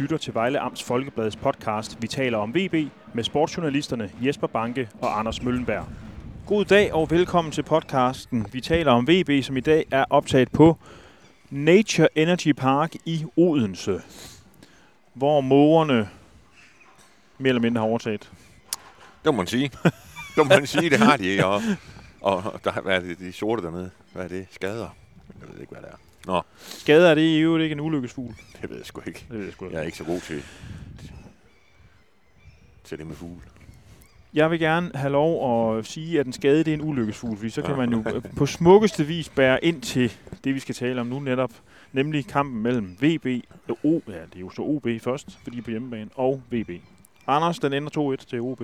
lytter til Vejle Amts Folkebladets podcast Vi taler om VB med sportsjournalisterne Jesper Banke og Anders Møllenberg. God dag og velkommen til podcasten Vi taler om VB, som i dag er optaget på Nature Energy Park i Odense, hvor mågerne mere eller mindre har overtaget. Det må man sige. Det har de, og der er det de sorte dernede. Hvad er det? Skader? Jeg ved ikke, hvad det er. Nå. Skader er det jo ikke en ulykkesfugl? Det ved jeg sgu ikke. Jeg er ikke så god til det med fugle. Jeg vil gerne have lov at sige, at en skade det er en ulykkesfugl, fordi så kan man jo på smukkeste vis bære ind til det, vi skal tale om nu netop, nemlig kampen mellem VB og det er jo så OB først, fordi på hjemmebane, og VB. Anders, den ender 2-1 til OB.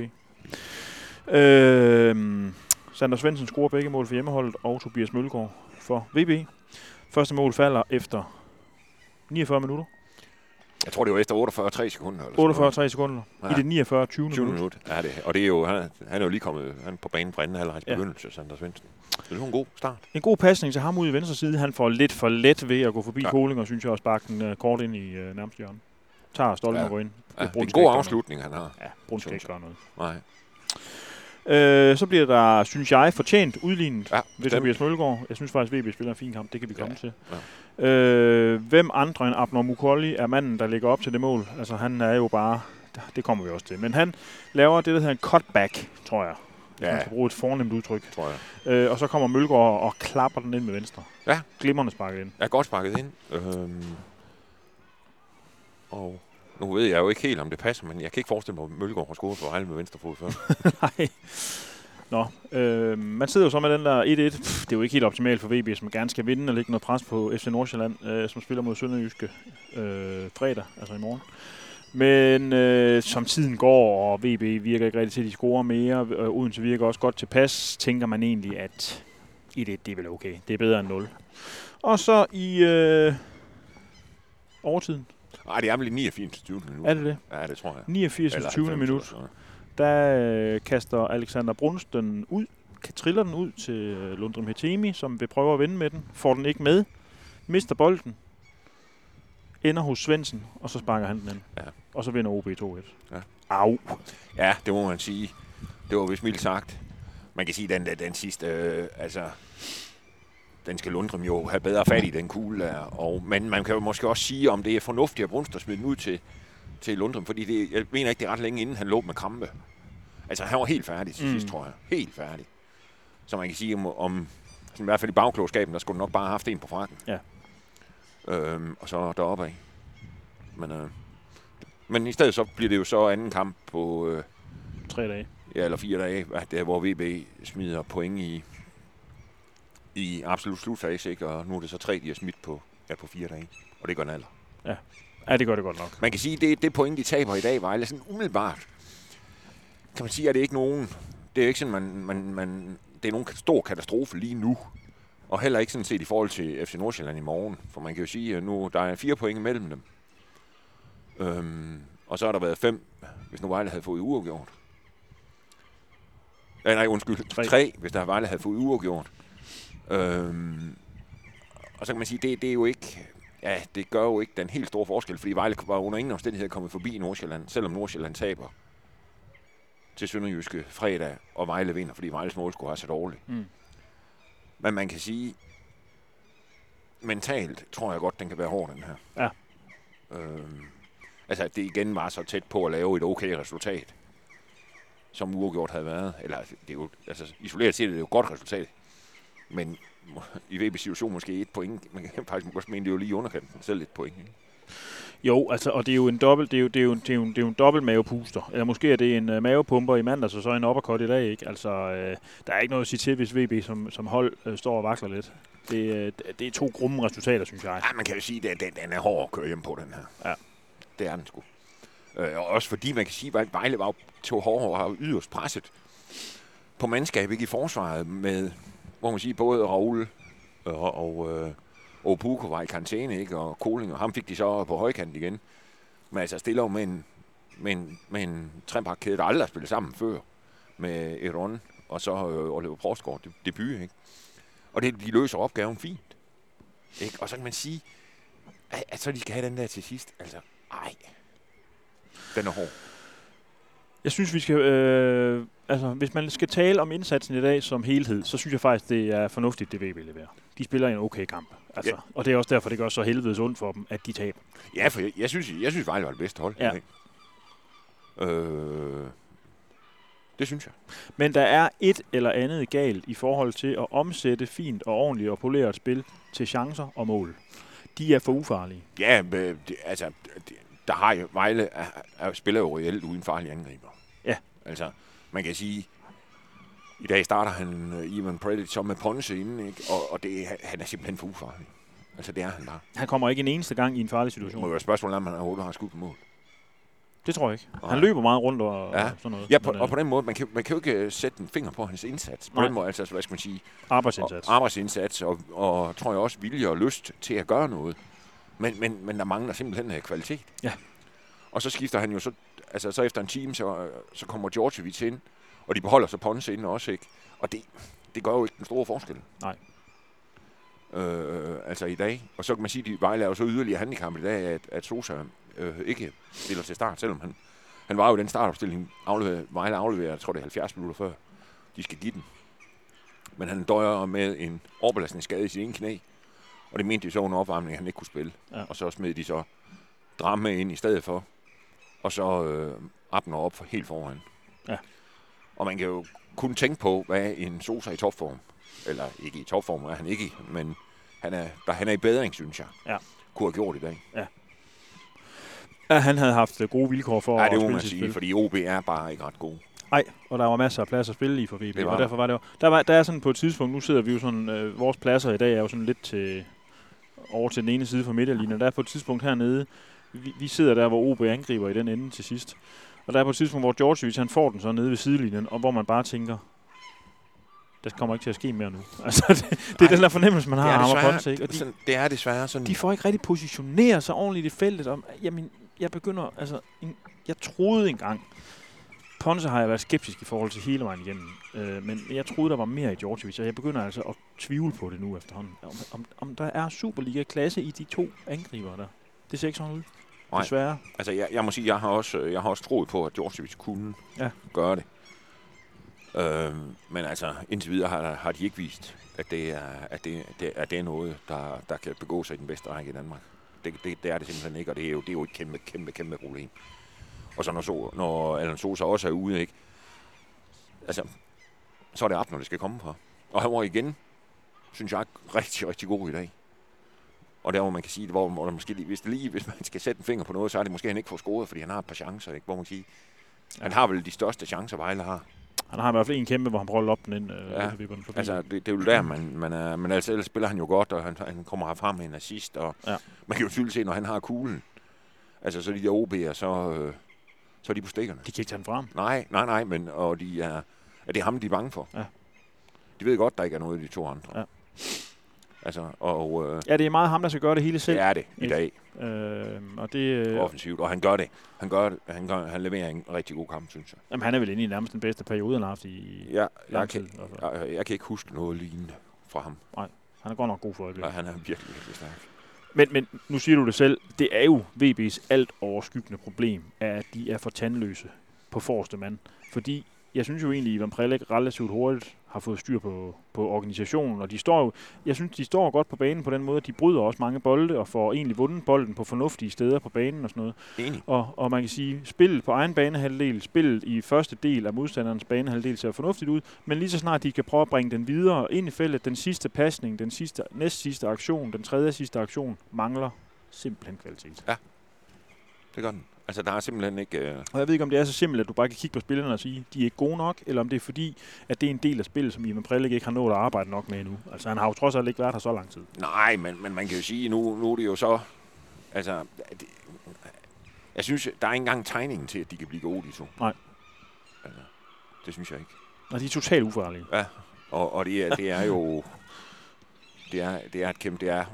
Sander Svendsen scorer begge mål for hjemmeholdet, og Tobias Mølgaard for VB. Første mål falder efter 49 minutter. Jeg tror, det var efter 48-3 sekunder. 48-3 sekunder. Ja. I det 49. 20. minut. Ja, det. Og det er jo, han er jo lige kommet på banen fra anden halvlejs begyndelse, Sander Svendsen. Så det var en god start. En god pasning til ham ude i venstre side. Han får lidt for let ved at gå forbi Koling, og synes jeg også sparke den kort ind i nærmeste hjørne. Tager stolpen og går ind. Ja, det er en god afslutning, han har. Ja, Brun skal ikke gøre noget. Nej. Så bliver der, synes jeg, fortjent udlignet ved Tobias Mølgaard. Jeg synes faktisk, VB spiller en fin kamp. Det kan vi komme til. Ja. Hvem andre end Abner Mukolli er manden, der ligger op til det mål? Altså, han er jo bare... Det kommer vi også til. Men han laver det, der hedder en cutback, tror jeg. Man skal bruge et fornemt udtryk. Tror jeg. Og så kommer Mølgaard og klapper den ind med venstre. Ja. Glimrende sparket ind. Ja, godt sparket ind. Og... Nu ved jeg jo ikke helt, om det passer, men jeg kan ikke forestille mig, at Mølgaard har scoret for Vejle med venstre fod før. Nej. Nå, man sidder jo så med den der 1-1. Det er jo ikke helt optimalt for VB, som gerne skal vinde og lægge noget pres på FC Nordsjælland, som spiller mod Sønderjyske fredag, altså i morgen. Men som tiden går, og VB virker ikke rigtig til, at de scorer mere, Odense virker også godt tilpas, tænker man egentlig, at 1-1, det er vel okay. Det er bedre end 0. Og så i overtiden. Nej, det er vel i 89. 20. minut. Er det det? Ja, det tror jeg. 89. 20. minut. Der kaster Alexander Brunsten ud, triller den ud til Lundrim Hetemi, som vil prøve at vinde med den. Får den ikke med. Mister bolden. Ender hos Svendsen, og så sparker han den ind. Ja. Og så vinder OB 2-1. Ja. Au. Ja, det må man sige. Det var vist mildt sagt. Man kan sige, den sidste, den skal Lundrim jo have bedre fat i, den kugle der. Men man kan jo måske også sige, om det er fornuftigt at Brunsten smide den ud til Lundrim, fordi jeg mener ikke, det er ret længe inden han lå med krampe. Altså, han var helt færdig til sidst, tror jeg. Helt færdig. Så man kan sige, om i hvert fald i bagklogskaben, der skulle nok bare have haft en på frakken. Ja. Og så deroppe af. Men i stedet så bliver det jo så anden kamp på 3 dage. Ja, eller 4 dage, hvor VB smider point i absolut slutfase, ikke? Og nu er det så 3, de har smidt på 4 dage. Og det gør den alder. Ja. Ja, det gør det godt nok. Man kan sige, det point, de taber i dag, Vejle, sådan umiddelbart, kan man sige, at det ikke nogen... Det er ikke sådan, det er nogen stor katastrofe lige nu. Og heller ikke sådan set i forhold til FC Nordsjælland i morgen. For man kan jo sige, at nu der er 4 point imellem dem. Og så har der været 5, hvis nu Vejle havde fået uafgjort. Nej, undskyld. 3, hvis der Vejle havde fået uafgjort. Og så kan man sige, det er jo ikke... Ja, det gør jo ikke den helt store forskel, fordi Vejle var under ingen omstændighed kommet forbi Nordsjælland, selvom Nordsjælland taber til Sønderjyske fredag, og Vejle vinder, fordi Vejles mål skulle have så dårligt. Men man kan sige, mentalt tror jeg godt, den kan være hård, den her. Ja. Altså, det igen var så tæt på at lave et okay resultat, som uafgjort havde været. Eller, det er jo, altså, isoleret set er det jo et godt resultat, men i VB's situation måske 1 point. Man kan faktisk også mene, det er jo lige underkanten, selv 1 point. Ikke? Jo, altså, og det er jo en dobbelt, det er jo en dobbelt mavepuster. Eller måske er det en mavepumper i mandags, og så en uppercut i dag, ikke? Altså, der er ikke noget at sige til, hvis VB som hold står og vakler lidt. Det er 2 grumme resultater, synes jeg. Ja, man kan jo sige, at den er hård at køre hjem på, den her. Ja. Det er den sgu. Og også fordi man kan sige, at Vejle var til hård og har yderst presset på mandskab, ikke i forsvaret, med, hvor man siger, både Raoul og Puko var i karantæne, ikke? Og Koling, og ham fik de så på højkant igen. Men altså stiller jo med en trebakkæde, der aldrig har spillet sammen før, med Eron og så Oliver Prosgaard debut, ikke? Og de løser opgaven fint. Ikke? Og så kan man sige, at så de skal have den der til sidst. Altså, Den er hård. Jeg synes, vi skal... hvis man skal tale om indsatsen i dag som helhed, så synes jeg faktisk, det er fornuftigt, det VB leverer. De spiller en okay kamp. Altså, og det er også derfor, det gør så helvedes ondt for dem, at de taber. Ja, for jeg synes Vejle var det bedste hold. Ja. Det synes jeg. Men der er et eller andet galt i forhold til at omsætte fint og ordentligt og poleret spil til chancer og mål. De er for ufarlige. Ja, der har jo Vejle spiller jo reelt uden farlige angriber. Ja. Altså, man kan sige, i dag starter han Ivan Predic som med Ponce inden, ikke? Og han er simpelthen for ufarlig. Altså, det er han bare. Han kommer ikke en eneste gang i en farlig situation. Det må jo være spørgsmålet, om han overhovedet har skudt på mål. Det tror jeg ikke. Han løber meget rundt og sådan noget. Ja, og på den måde, man kan jo ikke sætte en finger på hans indsats. På den måde, altså, hvad skal man sige? Arbejdsindsats, og tror jeg også vilje og lyst til at gøre noget. Men der mangler simpelthen kvalitet. Ja. Og så skifter han jo så efter en time, så kommer Djordjevic ind, og de beholder så Ponce ind også, ikke? Og det gør jo ikke den store forskel. Nej. Altså i dag. Og så kan man sige, at Vejle er jo så yderligere handicap i dag, at Sosa ikke stiller til start, selvom han var jo i den startopstilling, Vejle afleverer, jeg tror det er 70 minutter før, de skal give den. Men han døjer med en overbelastningsskade i sin ene knæ, og det mente de så under opvarmning, at han ikke kunne spille. Ja. Og så smed de så Dramme ind i stedet for, og så Abner op for helt foran. Ja. Og man kan jo kun tænke på, hvad en Sosa i topform, eller ikke i topform, er han ikke, men han er i bedring, synes jeg, kunne have gjort i dag. Ja. Ja, han havde haft gode vilkår for at spille sit spil. Fordi OB er bare ikke ret god. Nej, og der var masser af plads at spille i for VB, og derfor var det jo... Der er sådan på et tidspunkt, nu sidder vi jo sådan, vores pladser i dag er jo sådan lidt over til den ene side for midterlinjen, der er på et tidspunkt hernede, vi sidder der, hvor OB angriber i den ende til sidst, og der er på et tidspunkt, hvor Djordjevic, han får den så nede ved sidelinjen, og hvor man bare tænker, det kommer ikke til at ske mere nu. Altså, det er den der fornemmelse, man har af ham og Ponce, ikke? Og det er desværre sådan. De får ikke rigtig positioneret sig ordentligt i feltet. Jeg troede engang, Ponce har jeg været skeptisk i forhold til hele vejen igennem, men jeg troede, der var mere i Djordjevic, og jeg begynder altså at tvivle på det nu efterhånden. Om der er Superliga-klasse i de to angriber der. Det ser ikke sådan ud. Nej. Desværre. Altså, jeg må sige, jeg har også troet på, at Djordjevic kunne gøre det. Men altså, indtil videre har de ikke vist, at det er noget, der kan begå sig i den bedste række i Danmark. Det er det simpelthen ikke, og det er jo et kæmpe problem. Og så når Allan Sosa også er ude, ikke? Altså, så er det Abner, det skal komme fra. Og han var igen, synes jeg, rigtig, rigtig god i dag. Og der, hvor man kan sige, hvor der måske hvis man skal sætte en finger på noget, så er det måske, han ikke får scoret, fordi han har et par chancer, ikke? Hvor man kan sige, han har vel de største chancer, Vejle har. Han har i hvert fald en kæmpe, hvor han prøver at loppe den ind. Altså, det er jo der, man er. Men altså, ellers spiller han jo godt, og han kommer herfra med en assist, og man kan jo tydeligt se, når han har kuglen. Altså, så de der OB'er, så er de på stikkerne. De kan ikke tage den frem. Nej, men og det er ham, de er bange for. Ja. De ved godt, der ikke er noget af de to andre. Ja. Altså, det er meget ham, der skal gøre det hele selv. Det er det i dag. Og det offensivt, og han gør det. Han leverer en rigtig god kamp, synes jeg. Jamen, han er vel inde i nærmest den bedste periode, han har haft i jeg kan ikke huske noget lignende fra ham. Nej, han er godt nok god for øjeblikket. Ja, han er virkelig stærk. Men nu siger du det selv, det er jo VB's alt overskyggende problem, at de er for tandløse på forreste mand. Fordi jeg synes jo egentlig, at Ivan Prelik relativt hurtigt har fået styr på organisationen, og jeg synes, de står godt på banen på den måde, de bryder også mange bolde, og får egentlig vundet bolden på fornuftige steder på banen og sådan noget. Enig. Og man kan sige, spillet på egen banehalvdel, spillet i første del af modstanderens banehalvdel ser fornuftigt ud, men lige så snart de kan prøve at bringe den videre ind i feltet, den sidste pasning, den næstsidste aktion, den tredje sidste aktion, mangler simpelthen kvalitet. Ja, det gør den. Altså, der er simpelthen ikke... Og jeg ved ikke, om det er så simpelt, at du bare kan kigge på spillerne og sige, de er ikke gode nok, eller om det er fordi, at det er en del af spillet, som Ivan Prelik ikke har nået at arbejde nok med endnu. Altså, han har jo trods alt ikke været her så lang tid. Nej, men man kan jo sige, nu er det jo så... Altså, jeg synes, der er ikke engang tegningen til, at de kan blive gode, de to. Nej. Altså, det synes jeg ikke. Og de er totalt ufarlige. Ja, og det er jo... Det er et kæmpe... Det er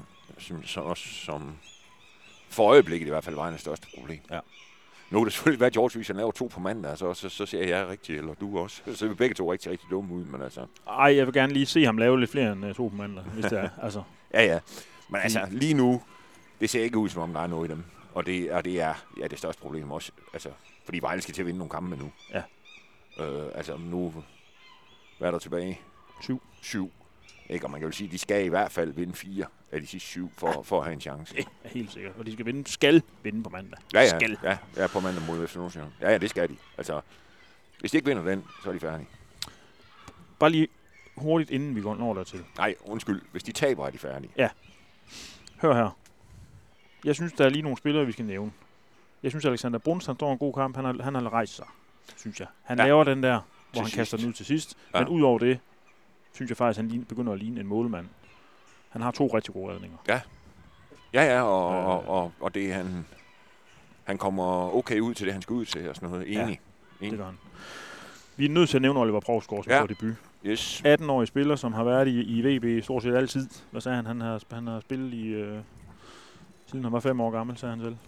som for øjeblikket i hvert fald var det største problem. Ja. Nu er det selvfølgelig været, George Wiesen laver 2 på mandag, så ser jeg rigtig, eller du også. Så er vi begge to rigtig, rigtig dumme ud, men altså... Ej, jeg vil gerne lige se ham lave lidt flere end 2 på mandag, hvis det er. Altså. Ja. Men altså, lige nu, det ser ikke ud, som om der er noget i dem. Og det er det største problem også. Altså, fordi Vejle skal til at vinde nogle kampe nu. Ja. Altså nu, hvad er der tilbage? 7. Ikke? Og man kan jo sige, at de skal i hvert fald vinde 4 af de sidste 7 for at have en chance. Det er helt sikkert. Og de skal vinde på mandag. Ja, på mandag mod FC Nordsjælland. Ja, det skal de. Altså, hvis de ikke vinder den, så er de færdige. Bare lige hurtigt, inden vi går når dertil. Nej, undskyld. Hvis de taber, er de færdige. Ja. Hør her. Jeg synes, der er lige nogle spillere, vi skal nævne. Jeg synes, Alexander Bruns, han står en god kamp. Han har rejst sig, synes jeg. Han laver den der, hvor han kaster den ud til sidst. Ja. Men udover det, synes jeg faktisk, at han begynder at ligne en målmand. Han har 2 rigtig gode redninger. Ja, og det han kommer okay ud til det, han skal ud til, og sådan noget. Enig. Det gør han. Vi er nødt til at nævne Oliver Provsgaard som får debut. Yes. 18-årig spiller, som har været i VB stort set altid. Hvad sagde han? Han har spillet siden han var 5 år gammel, sagde han selv.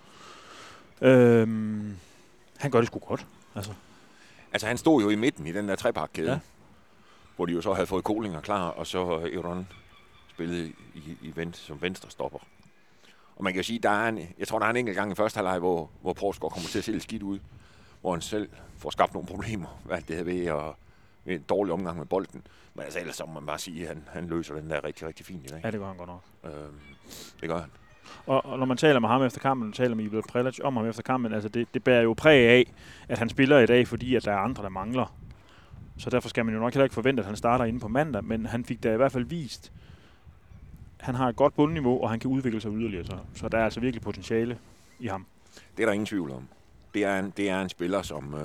Han gør det sgu godt. Altså han stod jo i midten i den der trepakkæde, hvor de jo så havde fået Kolinger klar, og så Euron spillede som venstre stopper. Og man kan jo sige, jeg tror, der er en enkelt gang i første halvleg, hvor Provsgaard kommer til at se lidt skidt ud, hvor han selv får skabt nogle problemer, hvad det er ved en dårlig omgang med bolden. Men altså ellers så må man bare sige, at han løser den der rigtig, rigtig fint i dag. Ja, det gør han godt nok. Det gør han. Og når man taler med ham efter kampen, taler med Ivo Prelac om ham efter kampen, altså det bærer jo præg af, at han spiller i dag, fordi at der er andre, der mangler. Så derfor skal man jo nok heller ikke forvente, at han starter inde på mandag, men han fik da i hvert fald vist, han har et godt bundniveau, og han kan udvikle sig yderligere. Så der er altså virkelig potentiale i ham. Det er der ingen tvivl om. Det er en spiller,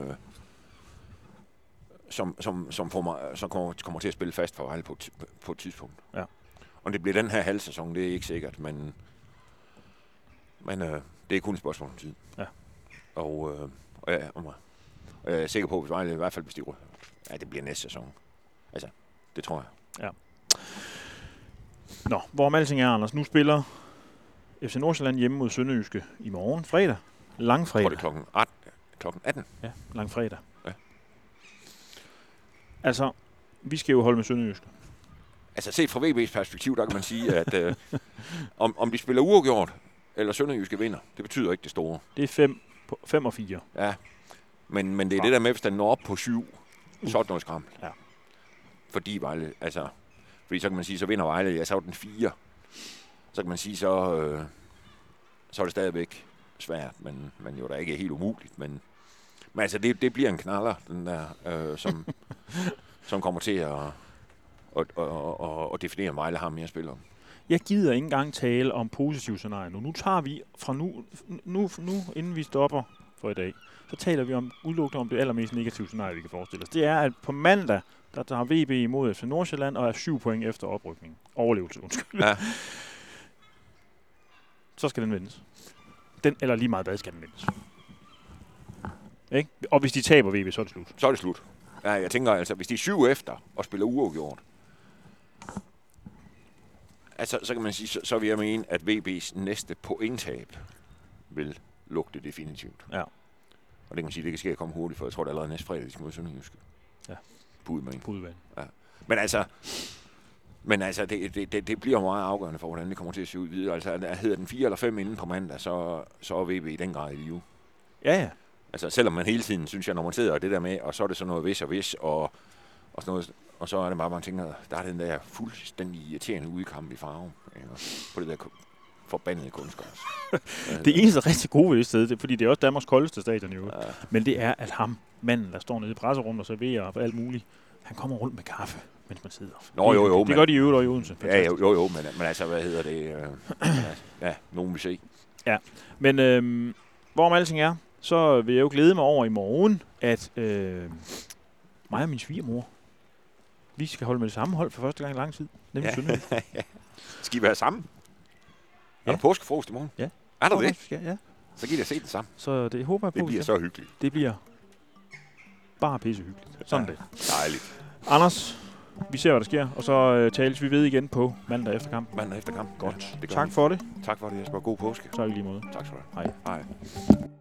som kommer til at spille fast for Vejle på et tidspunkt. Ja. Og det bliver den her halv sæson, det er ikke sikkert, men det er kun et spørgsmål om tid. Ja. Og jeg er sikker på, at Vejle i hvert fald bestiver. Ja, det bliver næste sæson. Altså, det tror jeg. Ja. Nå, hvorom alting er, Anders. Nu spiller FC Nordsjælland hjemme mod Sønderjyske i morgen, fredag. Langfredag. Jeg tror, det er klokken 18. Ja, langfredag. Ja. Altså, vi skal jo holde med Sønderjyske. Altså, set fra VB's perspektiv, der kan man sige, at om de spiller uafgjort, eller Sønderjyske vinder, det betyder ikke det store. Det er 5 og 4. Ja, men det er det der med, hvis den når op på 7, så er det noget skræmt. Ja. Fordi så kan man sige, så vinder Vejle, jeg sagde den 4. Så kan man sige, så er det stadigvæk svært, men jo da ikke helt umuligt. Men altså, det bliver en knaller, den der, som kommer til at definere Vejle har mere at spille om. Jeg gider ikke engang tale om positive scenarier nu. Nu tager vi fra nu, inden vi stopper for i dag, så taler vi udelukkende om det allermest negative scenarie, vi kan forestille os. Det er, at på mandag, der har VB imod FC Nordsjælland og er 7 point efter oprykning. Overlevelse, undskyld. Ja. Så skal den vindes. Eller lige meget hvad skal den vindes. Ikke? Og hvis de taber VB, så er det slut. Så er det slut. Ja, jeg tænker altså, hvis de er 7 efter og spiller uafgjort, altså, så kan man sige, så vil jeg mene, at VB's næste pointtab vil lugte definitivt. Ja. Og det kan man sige, det kan ske at komme hurtigt, for jeg tror, det er allerede næste fredag, de skal mod Sønderjyske. Ja. På udebane. Ja. Men altså, det bliver meget afgørende for, hvordan det kommer til at se ud videre. Altså, hedder den 4 eller 5 inden på mandag, så er VB i den grad i live. Ja. Altså, selvom man hele tiden, synes jeg, når man sidder og det der med, og så er det sådan noget vis, og sådan noget, og så er det bare, man tænker, der er den der fuldstændig irriterende udekamp i Farum, på det der forbandede kunstgræs. Det eneste rigtig gode ved det sted, det, fordi det er også Danmarks koldeste stadion i øvrigt, men det er, at manden, der står nede i presserummet og serverer og alt muligt, han kommer rundt med kaffe, mens man sidder. Jo. Det gør de i øvrigt i Odense. Ja, jo, men altså, hvad hedder det? Ja, nogen vil se. Ja, men hvorom alting er, så vil jeg jo glæde mig over i morgen, at mig og min svigermor, vi skal holde med det samme hold for første gang i lang tid, nemlig Sønderjyske. Skal I være sammen? Ja. Er der påskefrokost i morgen? Ja. Er der det? Ja. Så giver I da se den sammen. Så det håber jeg på. Det bliver så hyggeligt. Det bliver bare pissehyggeligt. Sådan det. Dejligt. Anders, vi ser, hvad der sker, og så tales vi ved igen på mandag efter kamp. Mandag efter kamp. Godt. Tak for det. Tak for det, Jesper. God påske. Tak i lige måde. Tak skal du have. Hej. Hej.